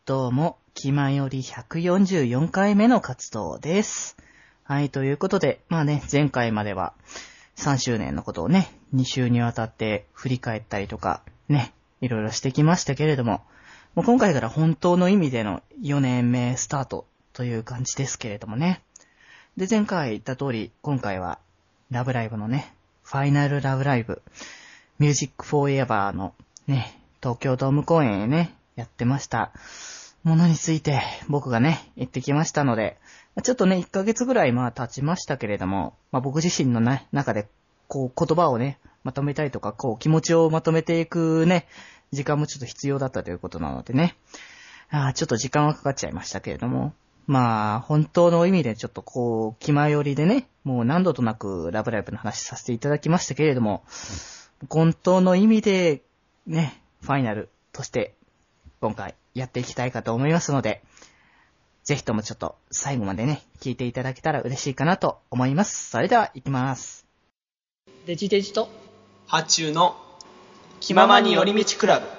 どうも、気まより144回目の活動です。はい、ということで、前回までは3周年のことをね、2週にわたって振り返ったりとか、ね、いろいろしてきましたけれども、もう今回から本当の意味での4年目スタートという感じですけれどもね。で、前回言った通り、今回はラブライブのね、ファイナルラブライブ、ミュージックフォーエバーのね、東京ドーム公演へね、やってましたものについて僕がね、行ってきましたので、ちょっとね、1ヶ月ぐらい経ちましたけれども、僕自身のね、中でこう言葉をね、まとめたりとか、こう気持ちをまとめていくね、時間もちょっと必要だったということなのでね、ちょっと時間はかかっちゃいましたけれども、本当の意味でちょっとこう、気前よりでね、もう何度となくラブライブの話させていただきましたけれども、本当の意味でね、ファイナルとして今回やっていきたいかと思いますので、ぜひともちょっと最後までね、聞いていただけたら嬉しいかなと思います。それでは行きます。デジデジと発注の気ままに寄り道クラブ。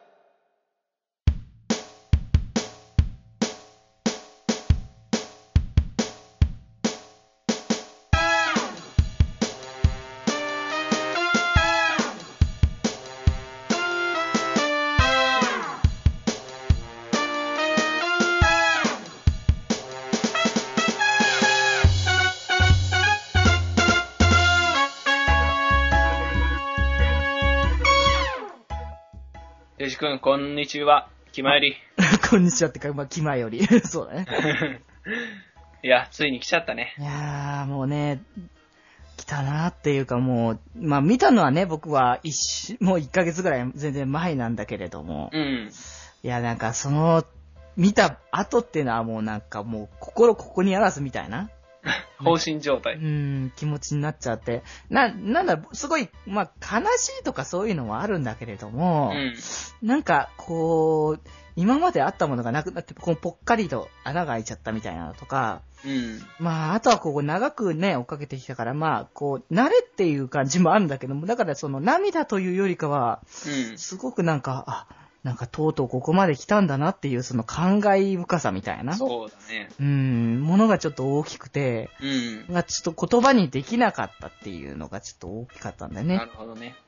デジ君、こんにちは。気まより。 こんにちはってか、気前より。そうだね。 いや、ついに来ちゃったね。 いやー、もうね、来たなっていうかもう、見たのはね、僕はもう1ヶ月ぐらい全然前なんだけれども。 うん。 いや、なんか見た後っていうのはもうなんかもう心ここにあらずみたいな。 放心状態。 気持ちになっちゃって。なんだ、すごい、悲しいとかそういうのはあるんだけれども、なんか、こう、今まであったものがなくなって、こうぽっかりと穴が開いちゃったみたいなのとか、あとはこう、長くね、追っかけてきたから、こう、慣れっていう感じもあるんだけども、だからその涙というよりかは、すごくなんかとうとうここまで来たんだなっていうその感慨深さみたいな。 そうだね。 ものがちょっと大きくて、ちょっと言葉にできなかったっていうのがちょっと大きかったんだよね。 なるほどね。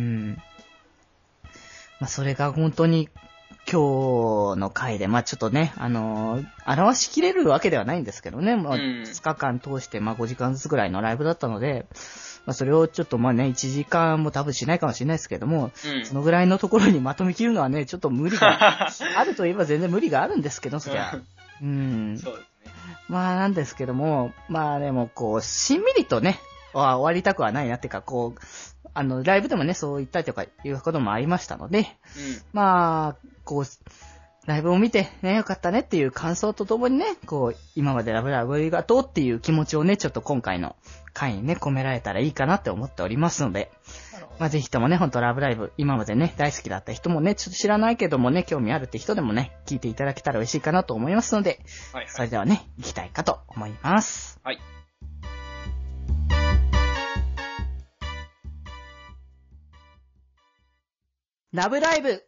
それが本当に今日の回で、ちょっとね、表しきれるわけではないんですけどね、2日間通して5時間ずつぐらいのライブだったので、それをちょっと1時間も多分しないかもしれないですけども、そのぐらいのところにまとめきるのはね、ちょっと無理があるといえば全然無理があるんですけど、そりゃ。 そうですね。 なんですけども、でもこう、しんみりとね、終わりたくはないなっていうか、こう、ライブでもね、そう言ったりとかいうこともありましたので、こう、ライブを見てね、よかったねっていう感想とともにね、こう、今までラブラブありがとうっていう気持ちをね、ちょっと今回の回にね、込められたらいいかなって思っておりますので、ぜひともね、ほんとラブライブ、今までね、大好きだった人もね、ちょっと知らないけどもね、興味あるって人でもね、聞いていただけたら嬉しいかなと思いますので、それではね、行きたいかと思います。 はい。 ラブライブ。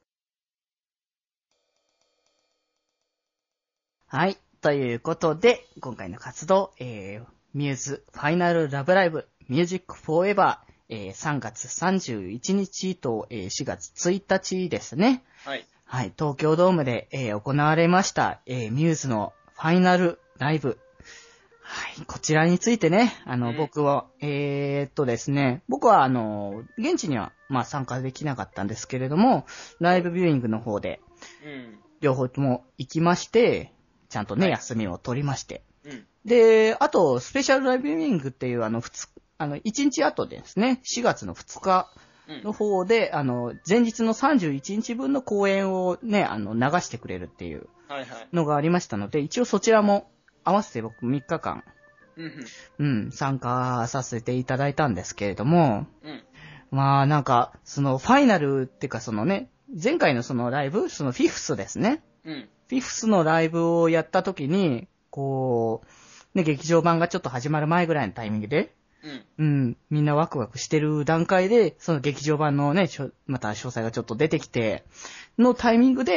はい。ということで、今回の活動、ミューズファイナルラブライブミュージックフォーエバー、3月31日と、4月1日ですね。 はい。 はい。東京ドームで、行われました、ミューズのファイナルライブ。はい。こちらについてね、僕は、ですね、僕は現地には、参加できなかったんですけれども、ライブビューイングの方で、両方とも行きまして、ちゃんとね、休みを取りまして。で、あと、スペシャルライブビューイングっていう1日後ですね、4月の2日の方で、前日の31日分の公演をね、流してくれるっていうのがありましたので、一応そちらも合わせて僕3日間、参加させていただいたんですけれども、なんか、そのファイナルっていうかそのね、前回のそのライブ、そのフィフスですね。フィフスのライブをやった時に、こう、ね、劇場版がちょっと始まる前ぐらいのタイミングで、みんなワクワクしてる段階で、その劇場版のね、また詳細がちょっと出てきて、のタイミングで、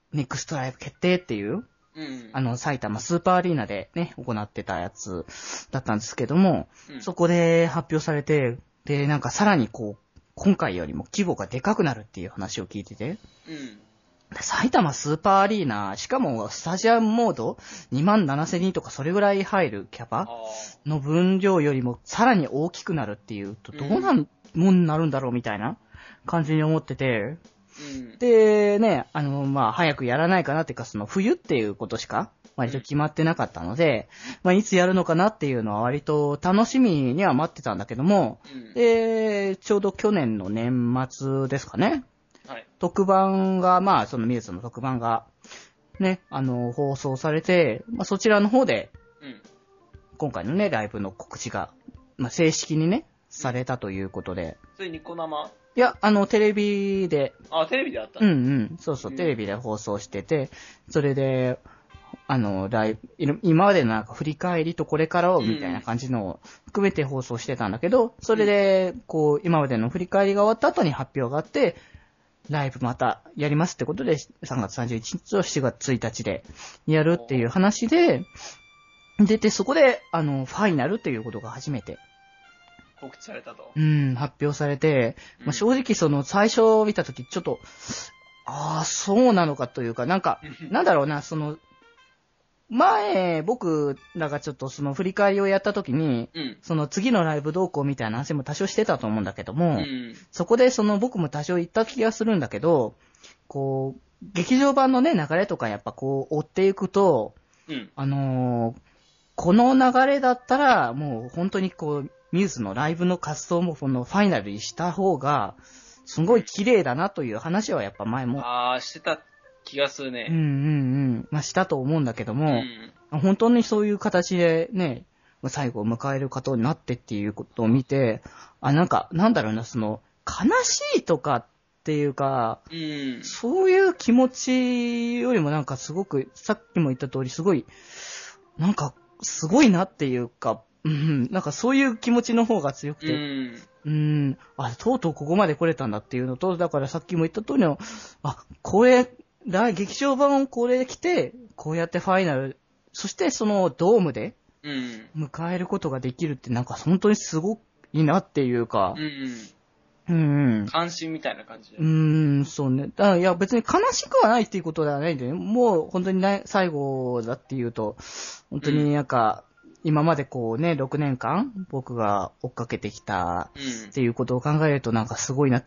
ネクストライブ決定っていう、埼玉スーパーアリーナでね、行ってたやつだったんですけども、そこで発表されて、で、なんかさらにこう、今回よりも規模がでかくなるっていう話を聞いてて、埼玉スーパーアリーナ、しかもスタジアムモード27,000人とかそれぐらい入るキャパの分量よりもさらに大きくなるっていうと、どうなんもんなるんだろうみたいな感じに思ってて、で、ね、早くやらないかなっていうか、その冬っていうことしか割と決まってなかったので、いつやるのかなっていうのは割と楽しみには待ってたんだけども、で、ちょうど去年の年末ですかね。特番が、そのミューズの特番が、ね、放送されて、そちらの方で、今回のね、ライブの告知が、正式にね、されたということで。 それニコ生？ いや、テレビで。 テレビであった？ そうそう、テレビで放送してて、それで、ライブ、今までのなんか振り返りとこれからをみたいな感じのを含めて放送してたんだけど、それで、こう、今までの振り返りが終わった後に発表があって、ライブまたやりますってことで、3月31日と7月1日でやるっていう話で、出て、そこで、ファイナルっていうことが初めて。 告知されたと。 発表されて、正直その最初見たときちょっと、そうなのかというか、なんか、なんだろうな、その、前、僕らがちょっとその振り返りをやったときに、その次のライブ動向みたいな話も多少してたと思うんだけども、そこでその僕も多少言った気がするんだけど、こう、劇場版のね、流れとかやっぱこう追っていくと、この流れだったら、もう本当にこう、ミューズのライブの活動もこのファイナルにした方が、すごい綺麗だなという話はやっぱ前も。 してた気がするね。 したと思うんだけども、本当にそういう形でね、最後を迎えることになってっていうことを見て、なんだろうな、その、悲しいとかっていうか、そういう気持ちよりもなんかすごく、さっきも言った通りすごい、なんか、すごいなっていうか、なんかそういう気持ちの方が強くて、とうとうここまで来れたんだっていうのと、だからさっきも言った通りの、劇場版をこれで来て、こうやってファイナル、そしてそのドームで、迎えることができるってなんか本当にすごいなっていうか、 関心みたいな感じで。そうね。いや別に悲しくはないっていうことではないんでね。もう本当に最後だっていうと、本当になんか、今までこうね、6年間僕が追っかけてきたっていうことを考えるとなんかすごいなって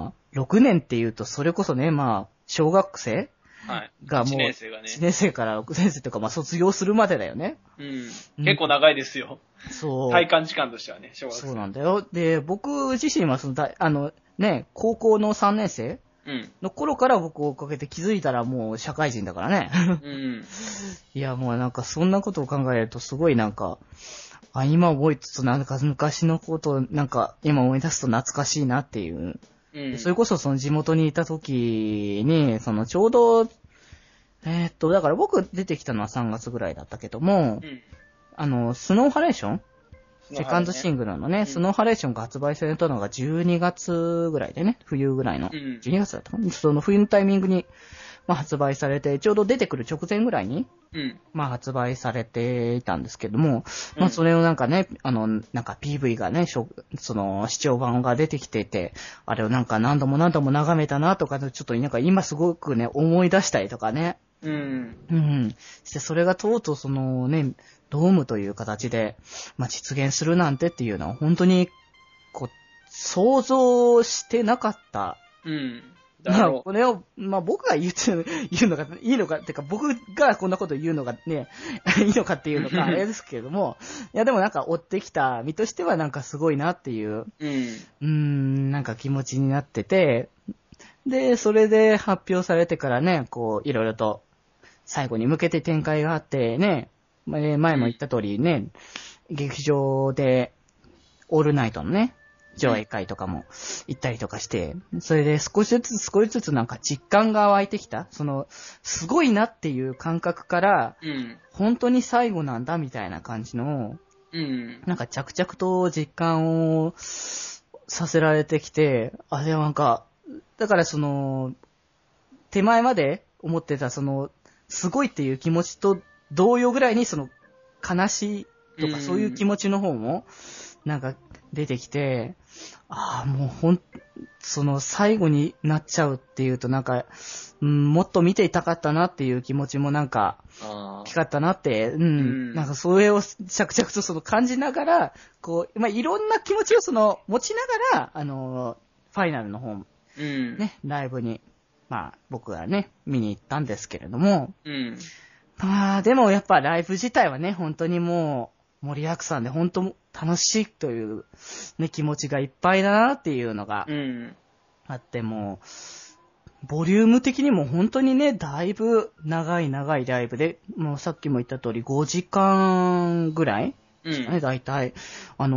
、6年っていうとそれこそね、小学生がもう、1年生から6年生とか卒業するまでだよね。 結構長いですよ。 そう。 体感時間としてはね、小学生。 そうなんだよ。で、僕自身は高校の3年生の頃から僕を追っかけて気づいたらもう社会人だからね。いや、もうなんかそんなことを考えるとすごいなんか、今覚えつつなんか昔のことをなんか今思い出すと懐かしいなっていう。それこそその地元にいた時に、そのちょうど、だから僕出てきたのは3月ぐらいだったけども、スノーハレーションセカンドシングルのね、スノーハレーションが発売されたのが12月ぐらいでね、冬ぐらいの。12月だったかな、その冬のタイミングに、発売されて、ちょうど出てくる直前ぐらいに、発売されていたんですけども、それをなんかね、なんか PV がね、その視聴版が出てきてて、あれをなんか何度も眺めたなとか、ちょっとなんか今すごくね、思い出したりとかね。してそれがとうとうそのね、ドームという形で、実現するなんてっていうのは本当に、こう、想像してなかった。これを、僕が言うのがいいのか、ってか僕がこんなこと言うのがね、いいのかっていうのかあれですけれども、いやでもなんか追ってきた身としてはなんかすごいなっていう、なんか気持ちになってて、で、それで発表されてからね、こう、いろいろと最後に向けて展開があってね、前も言った通りね、劇場でオールナイトのね、上映会とかも行ったりとかして、それで少しずつなんか実感が湧いてきた。その、すごいなっていう感覚から、本当に最後なんだみたいな感じの、なんか着々と実感をさせられてきて、なんか、だからその、手前まで思ってた、すごいっていう気持ちと同様ぐらいに、悲しいとか、そういう気持ちの方も、なんか出てきて、もう最後になっちゃうっていうと、なんか、もっと見ていたかったなっていう気持ちもなんか、大きかったなって、なんかそれを着々と感じながら、いろんな気持ちを持ちながら、ファイナルの方、ね、ライブに、僕がね、見に行ったんですけれども、でもやっぱライブ自体はね、本当にもう盛りだくさんで本当楽しいという、ね、気持ちがいっぱいだなっていうのがあって、もう、ボリューム的にも本当にね、だいぶ長いライブで、もうさっきも言った通り5時間ぐらいですかね、大体。確か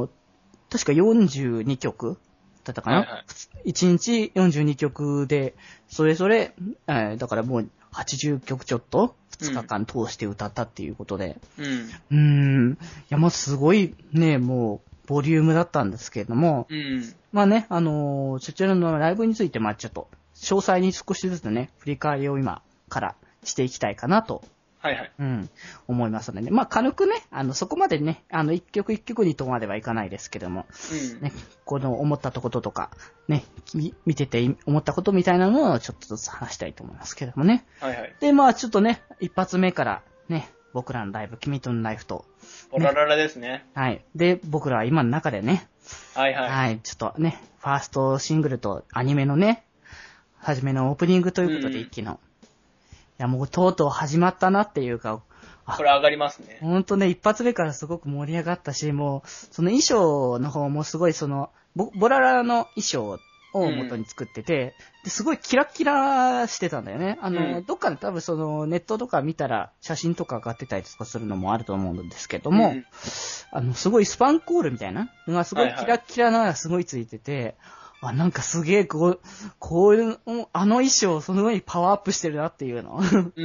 42曲だったかな、1日42曲で、それぞれ、だからもう80曲ちょっと、2日間通して歌ったっていうことで。いや、もうすごいね、もう、ボリュームだったんですけれども、ね、そちらのライブについて、ちょっと、詳細に少しずつね、振り返りを今からしていきたいかなと。思いますのでね。軽くね、そこまでね、一曲一曲にとまではいかないですけども、ね、思ったこととか、ね、見てて思ったことみたいなのをちょっとずつ話したいと思いますけどもね。で、ちょっとね、一発目からね、僕らのライブ、君とのライフと、 ボラララですね。 はい。で、僕らは今の中でね、ちょっとね、ファーストシングルとアニメのね、初めのオープニングということで一気の、いや、もうとうとう始まったなっていうか、 これ上がりますね。 ほんとね、一発目からすごく盛り上がったし、もう、その衣装の方もすごいボラララの衣装を元に作ってて、ですごいキラキラしてたんだよね。どっかで多分ネットとか見たら写真とか上がってたりとかするのもあると思うんですけども、すごいスパンコールみたいなのがすごいキラキラなのがすごいついてて、なんかすげえ、こういう、衣装、その上にパワーアップしてるなっていうの。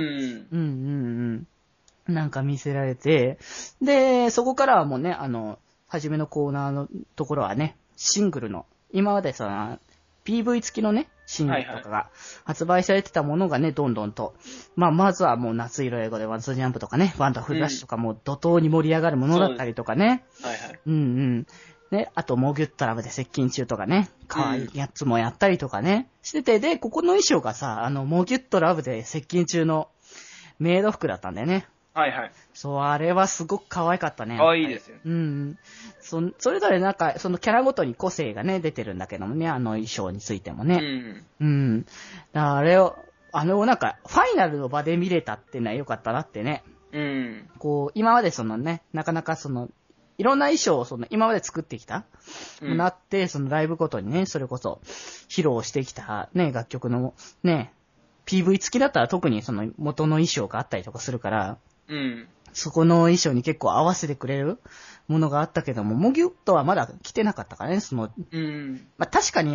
なんか見せられて、で、そこからはもうね、初めのコーナーのところはね、シングルの、今までPV 付きのね、シングルとかが発売されてたものがね、どんどんと、まずはもう夏色英語でワンツージャンプとかね、ワンダフルラッシュとかもう怒涛に盛り上がるものだったりとかね。ね、あと、モギュットラブで接近中とかね、可愛いやつもやったりとかね、してて、で、ここの衣装がさ、モギュットラブで接近中のメイド服だったんだよね。そう、あれはすごく可愛かったね。 可愛いですよ。 それぞれなんか、キャラごとに個性がね、出てるんだけどもね、衣装についてもね。だからあれをなんか、ファイナルの場で見れたっていうのは良かったなってね。今までなかなかいろんな衣装を今まで作ってきた、なって、ライブごとにね、それこそ、披露してきたね、楽曲のね、PV 付きだったら特に元の衣装があったりとかするから、そこの衣装に結構合わせてくれるものがあったけども、モギュットはまだ着てなかったからね、確かに、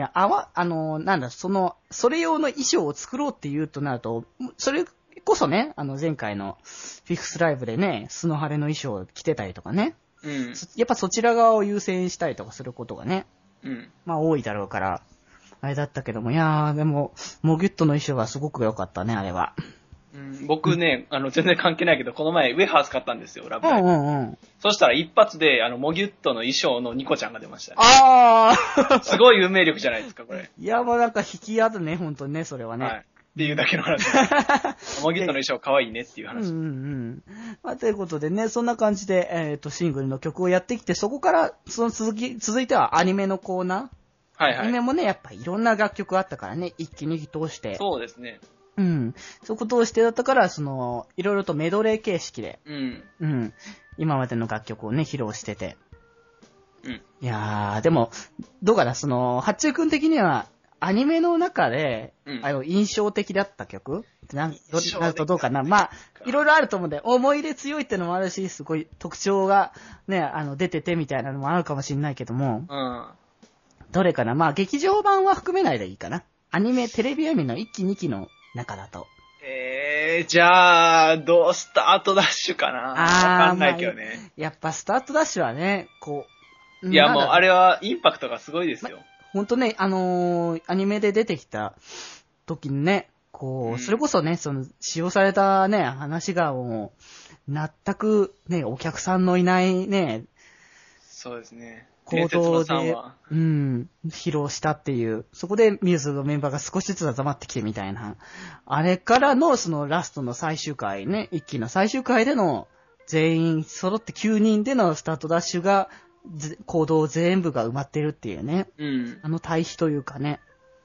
それ用の衣装を作ろうっていうとなると、それこそね、前回のフィフスライブでね、スノハレの衣装を着てたりとかね、やっぱそちら側を優先したりとかすることがね、多いだろうから、あれだったけども、いやー、でも、モギュットの衣装はすごく良かったね、あれは。 僕ね、全然関係ないけど、この前ウェハース買ったんですよ、ラブライブ。そしたら一発で、モギュットの衣装のニコちゃんが出ましたね。すごい運命力じゃないですか、これ。 いや、もうなんか引き合うね、ほんとね、それはね。 っていうだけの話。モギュットの衣装可愛いねっていう話。 ということでね、そんな感じで、シングルの曲をやってきて、そこから、続いてはアニメのコーナー。アニメもね、やっぱいろんな楽曲あったからね、一気に通して。 そうですね。 そこ通してだったから、いろいろとメドレー形式で、今までの楽曲をね、披露してて。いやー、でも、どうかな、八中くん的には、アニメの中で、印象的だった曲なるとどうかな。いろいろあると思うんで、思い入れ強いってのもあるし、すごい特徴がね、出ててみたいなのもあるかもしれないけども、どれかな。劇場版は含めないでいいかな。アニメ、テレビアニメの1期2期の中だと。 じゃあ、スタートダッシュかな。わかんないけどね。 やっぱスタートダッシュはね、 いやもうあれはインパクトがすごいですよ。 ほんとね、アニメで出てきた時にね、 それこそね、使用されたね、話がもう、全くね、お客さんのいないね、 そうですね。 行動で、披露したっていう、そこでミューズのメンバーが少しずつ集まってきてみたいな。あれからのラストの最終回ね、一期の最終回での全員揃って9人でのスタートダッシュが、行動全部が埋まってるっていうね。対比というかね。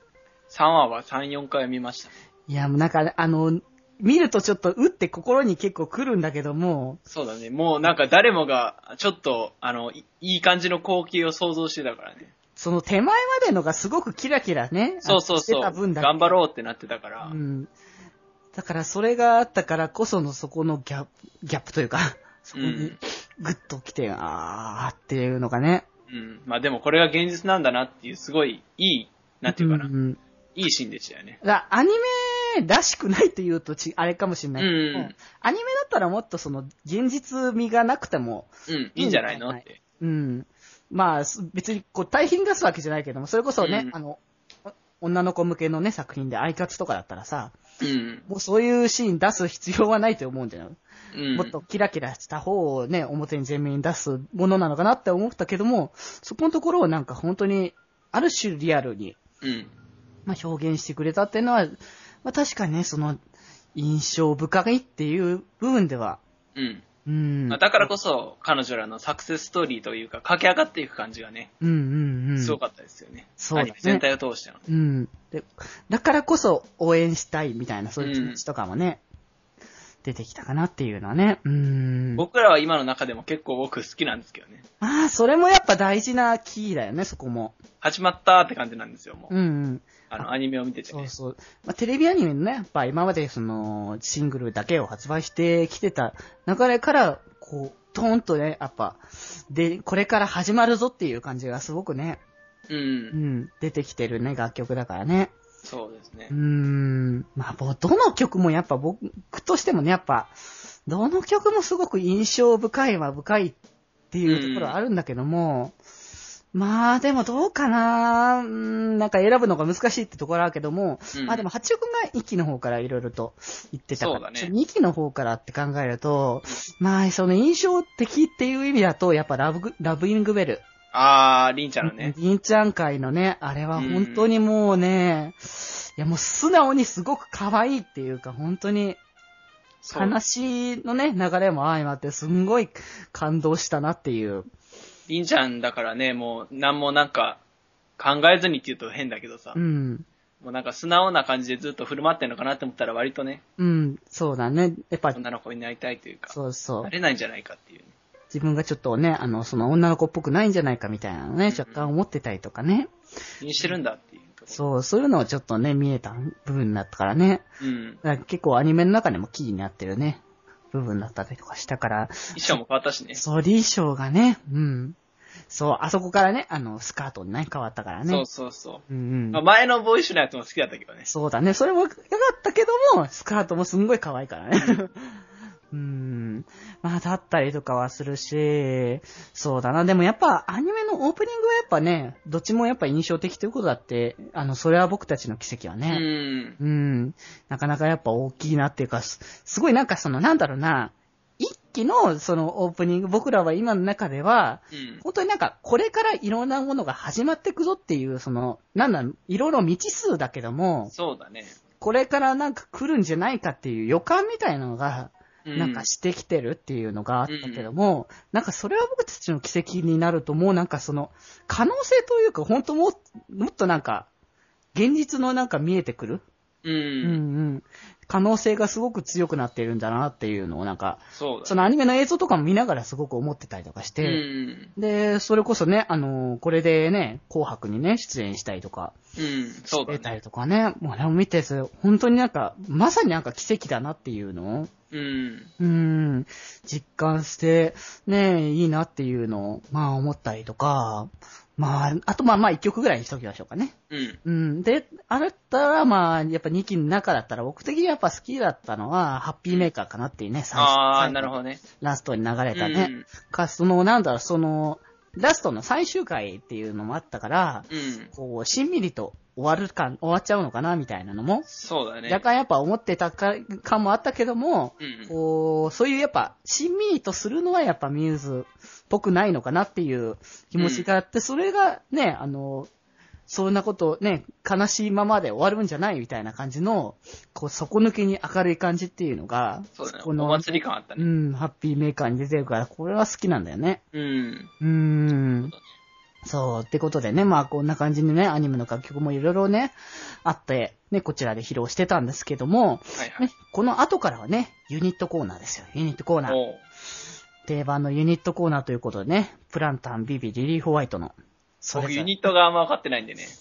3話は3、4回見ました。 いや、もうなんか、見るとちょっと、って心に結構来るんだけども。 そうだね。もうなんか誰もが、ちょっと、いい感じの光景を想像してたからね。 その手前までのがすごくキラキラね。 そう。してた分だけ頑張ろうってなってたから。 だからそれがあったからこそのそこのギャップというか、そこにグッと来て、っていうのがね。 まあでもこれが現実なんだなっていう、すごいいい、なんていうかな。いいシーンでしたよね。 アニメらしくないって言うとあれかもしれないけど、アニメだったらもっと現実味がなくてもいいんじゃないのって。 まあ、別に大変出すわけじゃないけども、それこそね、女の子向けのね、作品でアイカツとかだったらさ、もうそういうシーン出す必要はないと思うんだよ。もっとキラキラした方をね、表に前面に出すものなのかなって思ったけども、そこのところをなんか本当に、ある種リアルに、表現してくれたっていうのは、確かにね、印象深いっていう部分では、 だからこそ、彼女らのサクセスストーリーというか、駆け上がっていく感じがね、すごかったですよね。 そうですね。 全体を通しての。 で、だからこそ応援したいみたいな、そういう気持ちとかもね、出てきたかなっていうのはね。 僕らは今の中でも結構僕好きなんですけどね。 それもやっぱ大事なキーだよね、そこも。 始まったって感じなんですよ、もう。アニメを見ててね。 そう。テレビアニメのね、やっぱ今までシングルだけを発売してきてた流れから、トーンとね、やっぱ、で、これから始まるぞっていう感じがすごくね、出てきてるね、楽曲だからね。 そうですね。 まあ、どの曲もやっぱ僕としてもね、やっぱ、どの曲もすごく印象深いっていうところはあるんだけども、まあでもどうかな、なんか選ぶのが難しいってところあるけども、まあでも八代くんが1期の方からいろいろと言ってたから、そうだね、2期の方からって考えると、まあ印象的っていう意味だと、やっぱラブイングベル。 りんちゃんのね。 りんちゃん会のね、あれは本当にもうね、いやもう素直にすごく可愛いっていうか、本当に、話のね、流れも相まってすんごい感動したなっていう。 りんちゃんだからね、もう何もなんか考えずにって言うと変だけどさ。もうなんか素直な感じでずっと振る舞ってんのかなって思ったら割とね。 そうだね。やっぱ女の子になりたいというか。 そう。 なれないんじゃないかっていう、ね。 自分がちょっとね、女の子っぽくないんじゃないかみたいなのね、若干思ってたりとかね。 気にしてるんだっていう。 そういうのをちょっとね、見えた部分だったからね。だから結構アニメの中でもキーになってるね、部分だったりとかしたから。 衣装も変わったしね。 そう、衣装がね、そう、あそこからね、スカートにね、変わったからね。 そう。前のボーイッシュなやつも好きだったけどね。 そうだね、それも良かったけども、スカートもすんごい可愛いからね。まあ、だったりとかはするし、そうだな。でもやっぱ、アニメのオープニングはやっぱね、どっちもやっぱ印象的ということだって、それは僕たちの奇跡はね。なかなかやっぱ大きいなっていうか、すごいなんかなんだろうな、一期のオープニング、僕らは今の中では、本当になんかこれからいろんなものが始まっていくぞっていう、いろいろ未知数だけども、 そうだね。 これからなんか来るんじゃないかっていう予感みたいなのが、なんかしてきてるっていうのがあったけども、なんかそれは僕たちの奇跡になるともうなんか可能性というか本当もっとなんか、現実のなんか見えてくる。可能性がすごく強くなっているんだなっていうのをなんか、そのアニメの映像とかも見ながらすごく思ってたりとかして、で、それこそね、これでね、紅白にね、出演したりとか、してたりとかね、もうね、見て本当になんか、まさになんか奇跡だなっていうのを、実感して、ね、いいなっていうのを、まあ思ったりとか、まあ、あとまあ一曲ぐらいにしときましょうかね。で、あれだったらまあ、やっぱ2期の中だったら僕的にやっぱ好きだったのは、ハッピーメーカーかなっていうね、 最初。なるほどね。 ラストに流れたね。なんだろう、 ラストの最終回っていうのもあったから、こう、しんみりと終わっちゃうのかな、みたいなのも。 そうだね。 若干やっぱ思ってた感もあったけども、こう、そういうやっぱ、しんみりとするのはやっぱミューズっぽくないのかなっていう気持ちがあって、それがね、そんなことね、悲しいままで終わるんじゃないみたいな感じの、こう、底抜けに明るい感じっていうのが、 そうだね。お祭り感あったね。 ハッピーメーカーに出てるから、これは好きなんだよね。そう、ってことでね、まあこんな感じにね、アニメの楽曲もいろいろね、あって、ね、こちらで披露してたんですけども、ね、この後からはね、ユニットコーナーですよ。ユニットコーナー。定番のユニットコーナーということでね、プランタン、ビビ、リリー・ホワイトの。 僕ユニットがあんま分かってないんでね。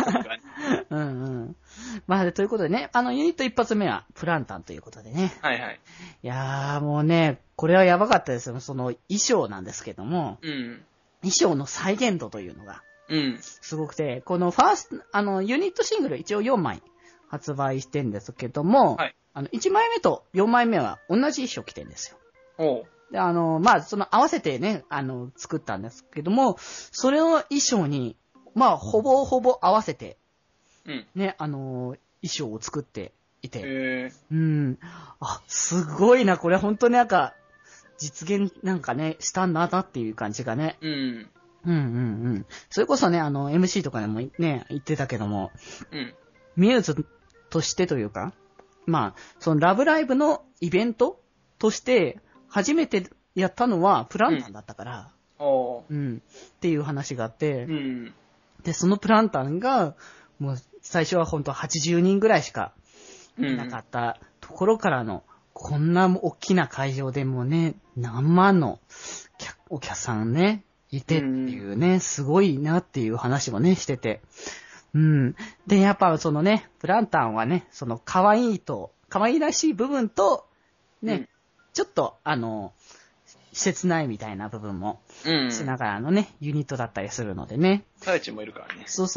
まあ、ということでね、ユニット一発目はプランタンということでね。いやー、もうね、これはやばかったですよ。その衣装なんですけども、衣装の再現度というのが、すごくて、このファースト、ユニットシングル一応4枚発売してんですけども、1枚目と4枚目は同じ衣装着てんですよ。で、まあ、その合わせてね、作ったんですけども、それの衣装に、まあ、ほぼほぼ合わせて、ね、衣装を作っていて、すごいな、これ本当になんか、実現なんかね、したんだなっていう感じがね。それこそね、MC とかでもね、言ってたけども、ミューズとしてというか、まあ、そのラブライブのイベントとして、初めてやったのはプランタンだったから、っていう話があって、で、そのプランタンが、もう最初は本当80人ぐらいしかいなかったところからの、こんな大きな会場でもね、何万のお客さんね、いてっていうね、すごいなっていう話もね、してて。で、やっぱそのね、プランタンはね、その可愛いらしい部分と、ね、ちょっと、切ないみたいな部分も、しながらのね、ユニットだったりするのでね。 サイチもいるからね。 そう。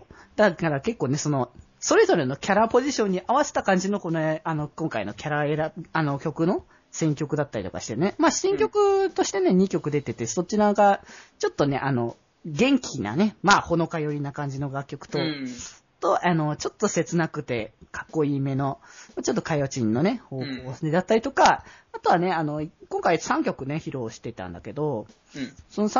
だから結構ね、それぞれのキャラポジションに合わせた感じのこの、今回のキャラ曲の選曲だったりとかしてね。まあ、新曲としてね、2曲出てて、そちらが、ちょっとね、元気なね、まあ、ほのか寄りな感じの楽曲と、ちょっと切なくて、かっこいいめの、ちょっとカヨチンのね、方向だったりとか、あとはね、今回3曲ね、披露してたんだけど、その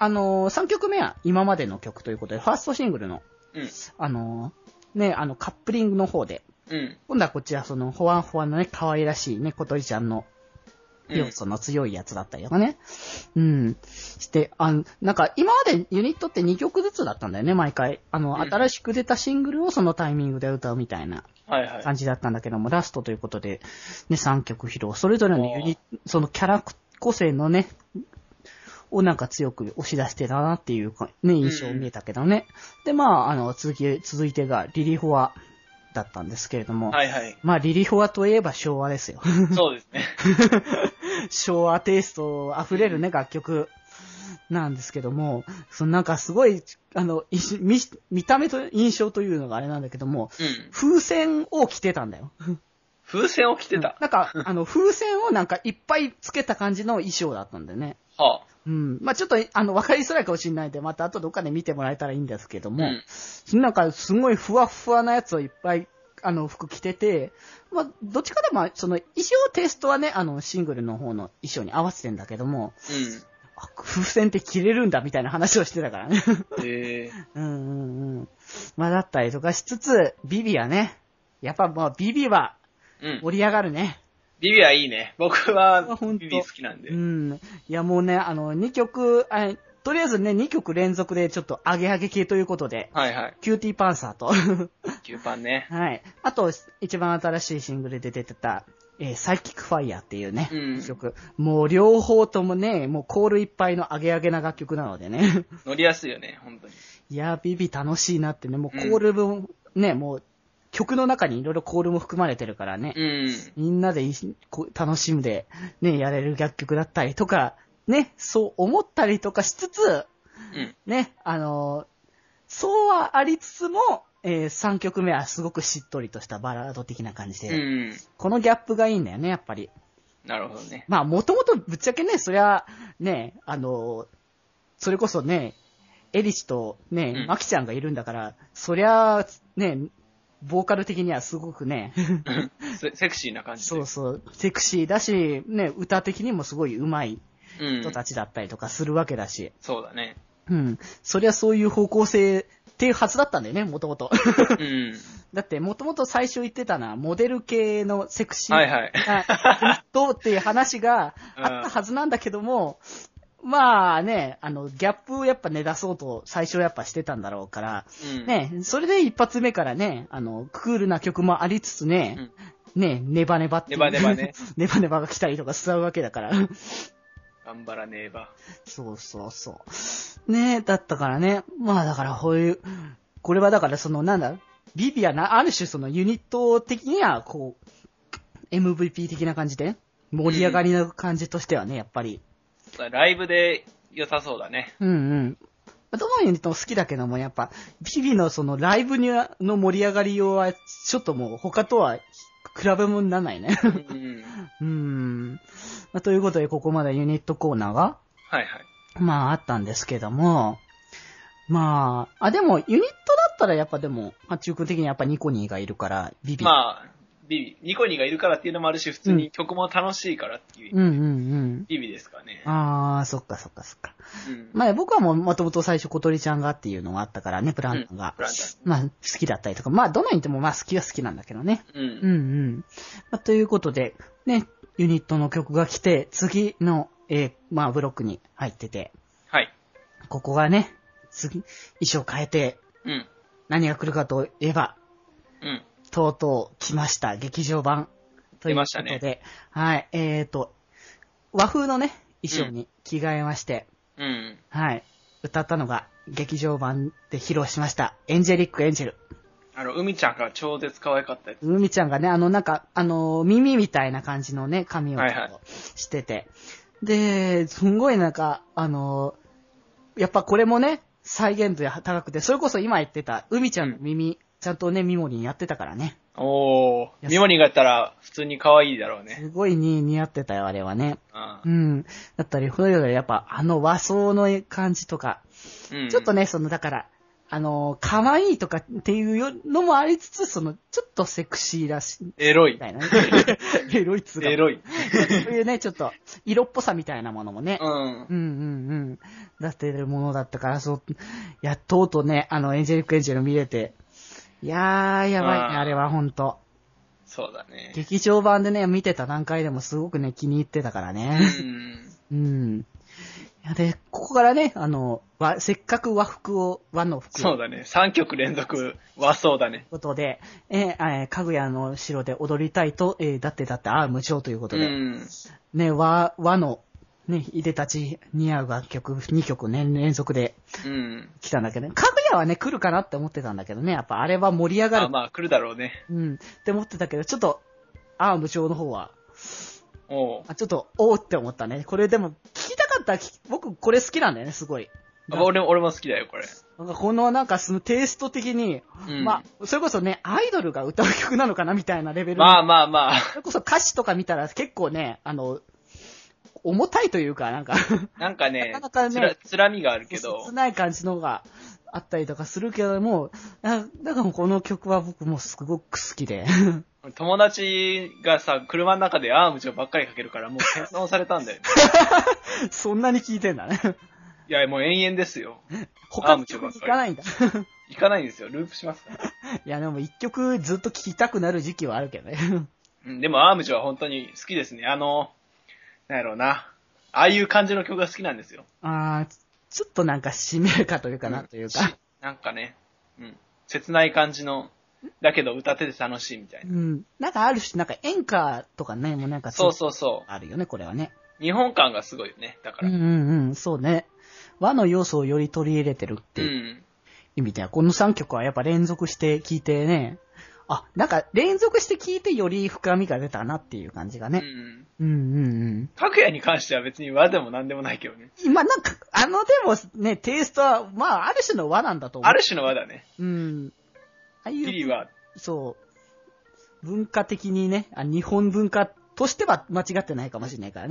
3曲目は今までの曲ということで、ファーストシングルの、ね、カップリングの方で、今度はこちら、ほわんほわんのね、可愛らしいね、小鳥ちゃんの、要素の強いやつだったりとかね。して、なんか、今までユニットって2曲ずつだったんだよね、毎回。新しく出たシングルをそのタイミングで歌うみたいな感じだったんだけども、ラストということで、ね、3曲披露。それぞれのそのキャラ個性のね、をなんか強く押し出してたなっていうか、ね、印象見えたけどね。で、まあ、続いてがリリフォアだったんですけれども。まあ、リリフォアといえば昭和ですよ。 そうですね。 昭和テイスト溢れるね、楽曲なんですけども、なんかすごい、見た目と印象というのがあれなんだけども、風船を着てたんだよ。 風船を着てた。 なんか、風船をなんかいっぱいつけた感じの衣装だったんだよね。まあちょっと、わかりづらいかもしれないんで、また後どっかで見てもらえたらいいんですけども、なんかすごいふわふわなやつをいっぱい、服着てて、まあ、どっちかでも、その、衣装テイストはね、シングルの方の衣装に合わせてんだけども、風船って着れるんだみたいな話をしてたからね。まあ、だったりとかしつつ、ビビはね、やっぱもうビビは、盛り上がるね。 ビビはいいね。僕は、ビビ好きなんで。 いやもうね、2曲、とりあえずね、2曲連続でちょっと上げ上げ系ということで、キューティーパンサーと、 キューパンね。 あと、一番新しいシングルで出てた、サイキックファイヤーっていうね、曲。もう両方ともね、もうコールいっぱいの上げ上げな楽曲なのでね。 乗りやすいよね、本当に。 いや、ビビ楽しいなってね、もうコール分、ね、もう、曲の中にいろいろコールも含まれてるからね、みんなで楽しんで、ね、やれる楽曲だったりとか、ね、そう思ったりとかしつつ、ね、そうはありつつも、3曲目はすごくしっとりとしたバラード的な感じで、このギャップがいいんだよね、やっぱり。 なるほどね。 まあ、もともとぶっちゃけね、そりゃ、ね、 それこそね、エリシとね、マキちゃんがいるんだから、そりゃ、ね、ボーカル的にはすごくねセクシーな感じ。 そうそう、セクシーだし、ね、歌的にもすごい上手い人たちだったりとかするわけだし。 そうだね。 うん。そりゃそういう方向性っていうはずだったんだよね、もともと。うん。だって、もともと最初言ってたのは、モデル系のセクシー。 はいはい。 とっていう話があったはずなんだけども、まあね、ギャップをやっぱね出そうと最初やっぱしてたんだろうから、ね、それで一発目からね、クールな曲もありつつね、ね、ネバネバって。 ネバネバね。 ネバネバが来たりとかしちゃうわけだから。 頑張らねえば。 そうそうそう。ねだったからね。まあだからこういう、これはだからなんだ、ビビはある種そのユニット的には、こう、MVP 的な感じで、盛り上がりの感じとしてはね、やっぱり。 ライブで良さそうだね。 うんうん。どのユニットも好きだけども、やっぱ、ビビのそのライブの盛り上がりようは、ちょっともう他とは比べ物にならないね。まあ、ということで、ここまでユニットコーナーが、 はいはい。 まあ、あったんですけども、まあ、でも、ユニットだったらやっぱでも、中君的にやっぱニコニーがいるから、ビビ。 まあ、ニコニーがいるからっていうのもあるし、普通に曲も楽しいからっていう。ビビですかね。 ああ、そっかそっかそっか。まあ僕はもともと最初小鳥ちゃんがっていうのがあったからね、プランタンが。まあ好きだったりとか、まあどのユニットもまあ好きは好きなんだけどね。まあ、ということで、ね、ユニットの曲が来て、次の、まあブロックに入ってて。 はい。 ここがね、衣装変えて、何が来るかといえば、とうとう来ました。劇場版。ということで。出ましたね。はい。和風のね、衣装に着替えまして。はい。歌ったのが、劇場版で披露しました。エンジェリック・エンジェル。 海ちゃんが超絶可愛かったやつ。 海ちゃんがね、なんか、耳みたいな感じのね、髪をしてて。で、すんごいなんか、やっぱこれもね、再現度高くて、それこそ今言ってた、海ちゃんの耳、ちゃんとね、ミモリンやってたからね。 おー。ミモリンがやったら普通に可愛いだろうね。 すごい似合ってたよ、あれはね。だったり、ほどやっぱ和装の感じとか、ちょっとね、だから、可愛いとかっていうのもありつつ、ちょっとセクシーらしい。 エロい。 みたいなね。エロいっつうか。 エロい。 そういうね、ちょっと、色っぽさみたいなものもね。出してるものだったから、とうとうね、エンジェリック・エンジェル見れて、いやー、やばいね、あれはほんと。 そうだね。 劇場版でね、見てた段階でもすごくね、気に入ってたからね。で、ここからね、せっかく和の服を。 そうだね。3曲連続和装だね。 ということで、かぐやの城で踊りたいと、だって無調ということで。ね、和の、ね、いでたち似合う楽曲、2曲ね、連続で、来たんだけどね。かぐやはね、来るかなって思ってたんだけどね、やっぱあれは盛り上がる。 まあ来るだろうね。 って思ってたけど、ちょっと、無調の方は、ちょっと、って思ったね。これでも、聞きたかった、僕これ好きなんだよね、すごい。 俺も好きだよ、これ。 このそのテイスト的に、まあ、それこそね、アイドルが歌う曲なのかなみたいなレベル。 まあ。 それこそ歌詞とか見たら結構ね、重たいというか、なんかね、なかなかね、つらみがあるけど。 切ない感じのがあったりとかするけども、だからこの曲は僕もすごく好きで。 友達がさ、車の中で無調ばっかりかけるから、もう洗脳されたんだよね。 そんなに聞いてんだね。 いや、もう延々ですよ。 他の曲に行かないんだ。 行かないんですよ。ループしますから。 いや、でも一曲ずっと聴きたくなる時期はあるけどね。 でもアームチョは本当に好きですね。なんやろうな。ああいう感じの曲が好きなんですよ。 ちょっとなんかしめるかというかなというか。 なんかね、切ない感じの、だけど歌ってて楽しいみたいな。 なんかある種、なんか演歌とかね、もうなんかそう。 あるよね、これはね。 日本感がすごいよね、だから。 そうね。和の要素をより取り入れてるっていう意味では、この3曲はやっぱ連続して聴いてね、なんか連続して聴いてより深みが出たなっていう感じがね。 かぐやに関しては別に和でもなんでもないけどね。 今なんか、でもね、テイストは、まあ、ある種の和なんだと思う。 ある種の和だね。 ああいう。 ギリは。 そう。文化的にね、日本文化としては間違ってないかもしれないからね。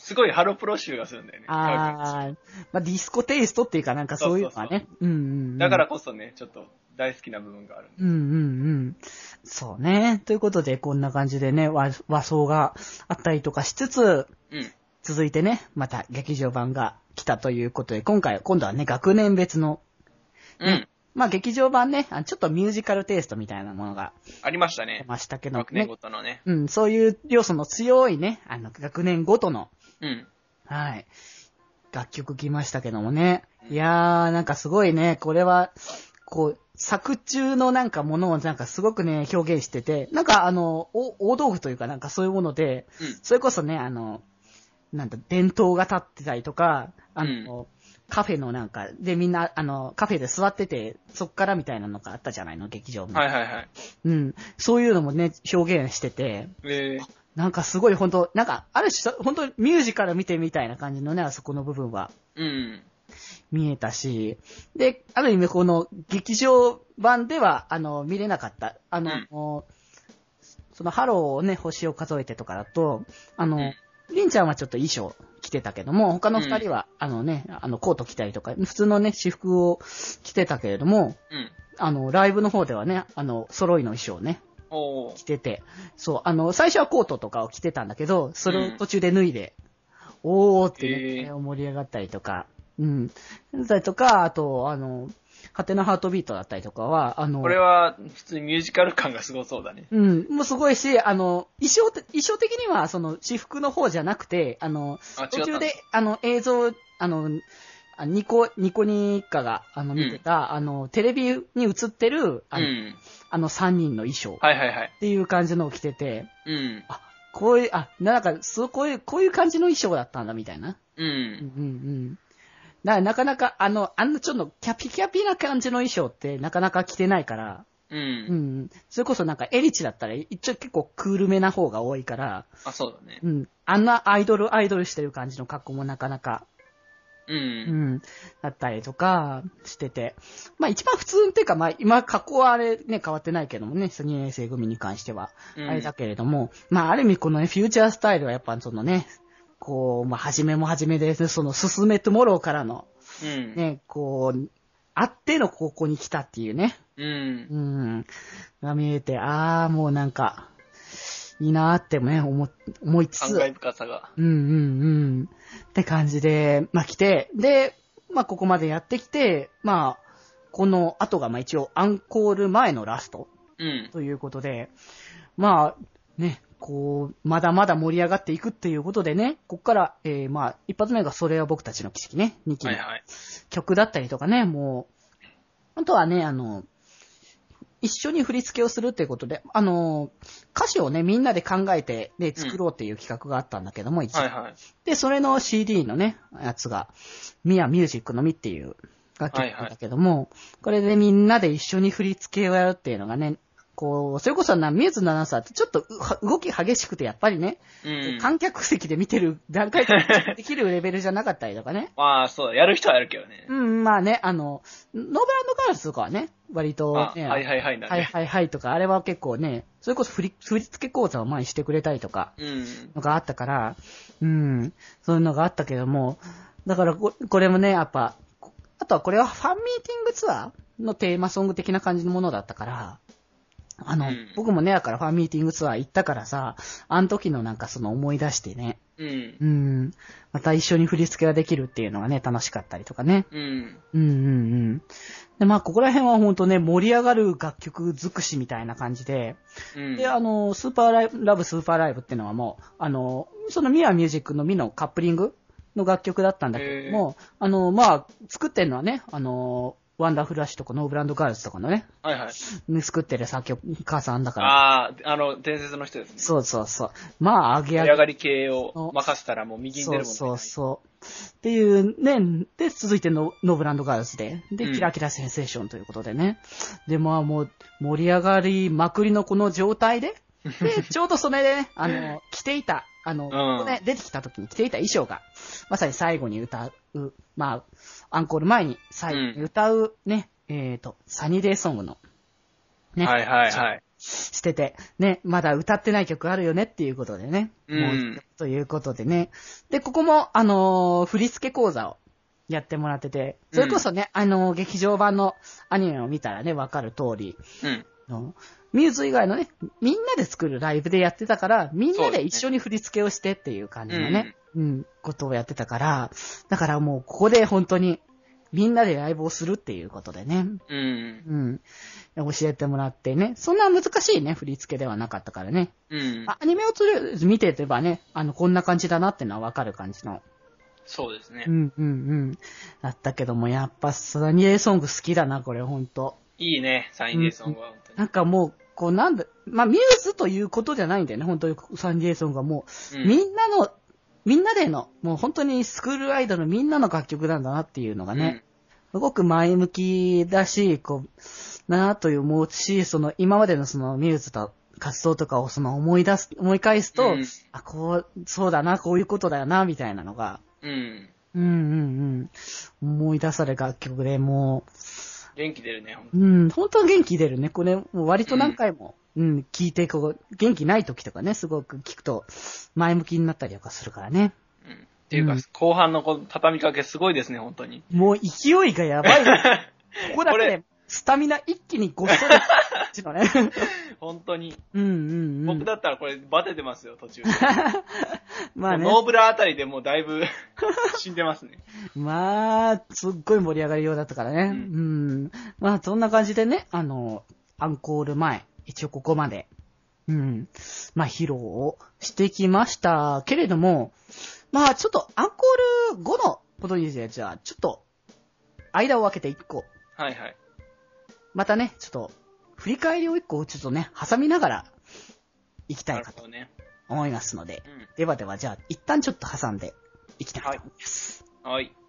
すごいハロプロ集がするんだよね。 まあディスコテイストっていうかなんかそういうのはね。 だからこそね、ちょっと大好きな部分があるんです。 そうね。ということで、こんな感じでね、和装があったりとかしつつ、続いてね、また劇場版が来たということで、今度はね、学年別の、まあ劇場版ね、ちょっとミュージカルテイストみたいなものがありましたね。 出ましたけど、 学年ごとのね。 そういう要素の強いね、学年ごとの、はい、楽曲来ましたけどもね。いやー、なんかすごいね、これは、こう、作中のなんかものをなんかすごくね、表現してて、なんか大道具というかなんかそういうもので、それこそね、なんだ、伝統が立ってたりとか、カフェのなんか、でみんな、カフェで座ってて、そっからみたいなのがあったじゃないの、劇場も。そういうのもね、表現してて、なんかすごい本当なんか、ある種、本当ミュージカル見てみたいな感じのね、あそこの部分は。見えたし、で、ある意味この劇場版では、見れなかった。そのハローをね、星を数えてとかだと、りんちゃんはちょっと衣装着てたけども、他の二人は、コート着たりとか、普通のね、私服を着てたけれども、ライブの方ではね、揃いの衣装をね、着てて、そう、最初はコートとかを着てたんだけど、それを途中で脱いで、おーってね、盛り上がったりとか、だったりとか、あと、ハテナハートビートだったりとかは、 これは、普通にミュージカル感がすごそうだね。 もうすごいし、衣装的には、私服の方じゃなくて、途中で、映像、ニコニッカが、見てた、テレビに映ってる、3人の衣装。っていう感じのを着てて、こういう、なんか、こういう感じの衣装だったんだ、みたいな。だからなかなか、ちょっとキャピキャピな感じの衣装ってなかなか着てないから、それこそなんかエリチだったら一応結構クールめな方が多いから、 そうだね。 あんなアイドルしてる感じの格好もなかなか、だったりとかしてて、まあ一番普通っていうか、まあ今格好はあれね変わってないけどもね、2年生組に関しては、あれだけれども、まあある意味このね、フューチャースタイルはやっぱそのね、こう、まあ、初めも初めで、その、進めトゥモローからの、ね、こう、あっての高校に来たっていうね。が見えて、もうなんか、いいなーってね、思いつつ。 感慨深さが。 って感じで、まあ、来て、で、まあ、ここまでやってきて、まあ、この後が、まあ、一応、アンコール前のラスト。ということで、まあ、ね、こう、まだまだ盛り上がっていくっていうことでね、こっから、まあ、一発目がそれは僕たちの奇跡ね、2期の曲だったりとかね、もう、あとはね、一緒に振り付けをするっていうことで、歌詞をね、みんなで考えて、で、作ろうっていう企画があったんだけども、一応。で、それの CD のね、やつが、ミアミュージックのみっていう楽曲だけども、これでみんなで一緒に振り付けをやるっていうのがね、こう、それこそミューズのアナウンサーってちょっと動き激しくてやっぱりね、観客席で見てる段階でできるレベルじゃなかったりとかね。 まあそう、やる人はやるけどね。 まあね、ノーブランドガールズとかはね、割とね、はいとか、あれは結構ね、それこそ振り付け講座を前にしてくれたりとか、のがあったから、そういうのがあったけども、だからこれもね、やっぱ、あとはこれはファンミーティングツアーのテーマソング的な感じのものだったから、僕もね、だからファンミーティングツアー行ったからさ、あの時のなんかその思い出してね、また一緒に振り付けができるっていうのがね、楽しかったりとかね。で、まあ、ここら辺はほんとね、盛り上がる楽曲尽くしみたいな感じで、で、スーパーラブスーパーライブっていうのはもう、そのミアミュージックのミのカップリングの楽曲だったんだけども、まあ、作ってんのはね、ワンダーフルラッシュとかノーブランドガールズとかのね。作ってる作曲家さんだから。 伝説の人ですね。 そう。まあ、 盛り上がり系を任せたらもう右に出るもんね。 そうっていうね、で、続いてノーブランドガールズで、キラキラセンセーションということでね。で、まあもう、盛り上がりまくりのこの状態で、で、ちょうどそれでね、着ていた、ここね、出てきた時に着ていた衣装が、まさに最後に歌う、まあ、アンコール前に最後に歌うね、サニーデイソングの、ね、 してて、ね、まだ歌ってない曲あるよねっていうことでね。もうということでね。で、ここも、振り付け講座をやってもらってて、それこそね、劇場版のアニメを見たらね、わかる通り、ミューズ以外のね、みんなで作るライブでやってたから、みんなで一緒に振り付けをしてっていう感じのね、ことをやってたから、だからもうここで本当にみんなでライブをするっていうことでね、教えてもらってね、そんな難しいね、振り付けではなかったからね。アニメを見てればね、こんな感じだなってのはわかる感じの。 そうですね。 だったけども、やっぱサニーデイソング好きだな、これほんと。 いいね、サニーデイソングは本当に。 なんかもう、こうミューズということじゃないんだよね、本当にサニーデイソングはもう、みんなでの、もう本当にスクールアイドルみんなの楽曲なんだなっていうのがね、すごく前向きだし、こう、なぁという思うし、今までのミューズと活動とかを思い返すと、そうだな、こういうことだよな、みたいなのが、思い出される楽曲でもう、 元気出るね、 本当は元気出るね。これ、もう割と何回も、聞いて、元気ない時とかね、すごく聞くと、前向きになったりとかするからね。 っていうか、後半の畳みかけすごいですね、本当に。 もう勢いがやばい。ここだけで、スタミナ一気にごっそりのね。 本当に。僕だったらこれバテてますよ、途中で。 まあね。 ノーブラあたりでもうだいぶ死んでますね。 まあ、すっごい盛り上がるようだったからね。まあ、そんな感じでね、アンコール前、一応ここまで、まあ、披露をしてきましたけれども、まあ、ちょっとアンコール後のことについて、じゃあ、ちょっと、間を空けて一個。 はいはい。 またね、ちょっと、振り返りを一個ちょっとね、挟みながら、行きたいかと思いますので。ではでは、じゃあ、一旦ちょっと挟んでいきたいと思います。 はい。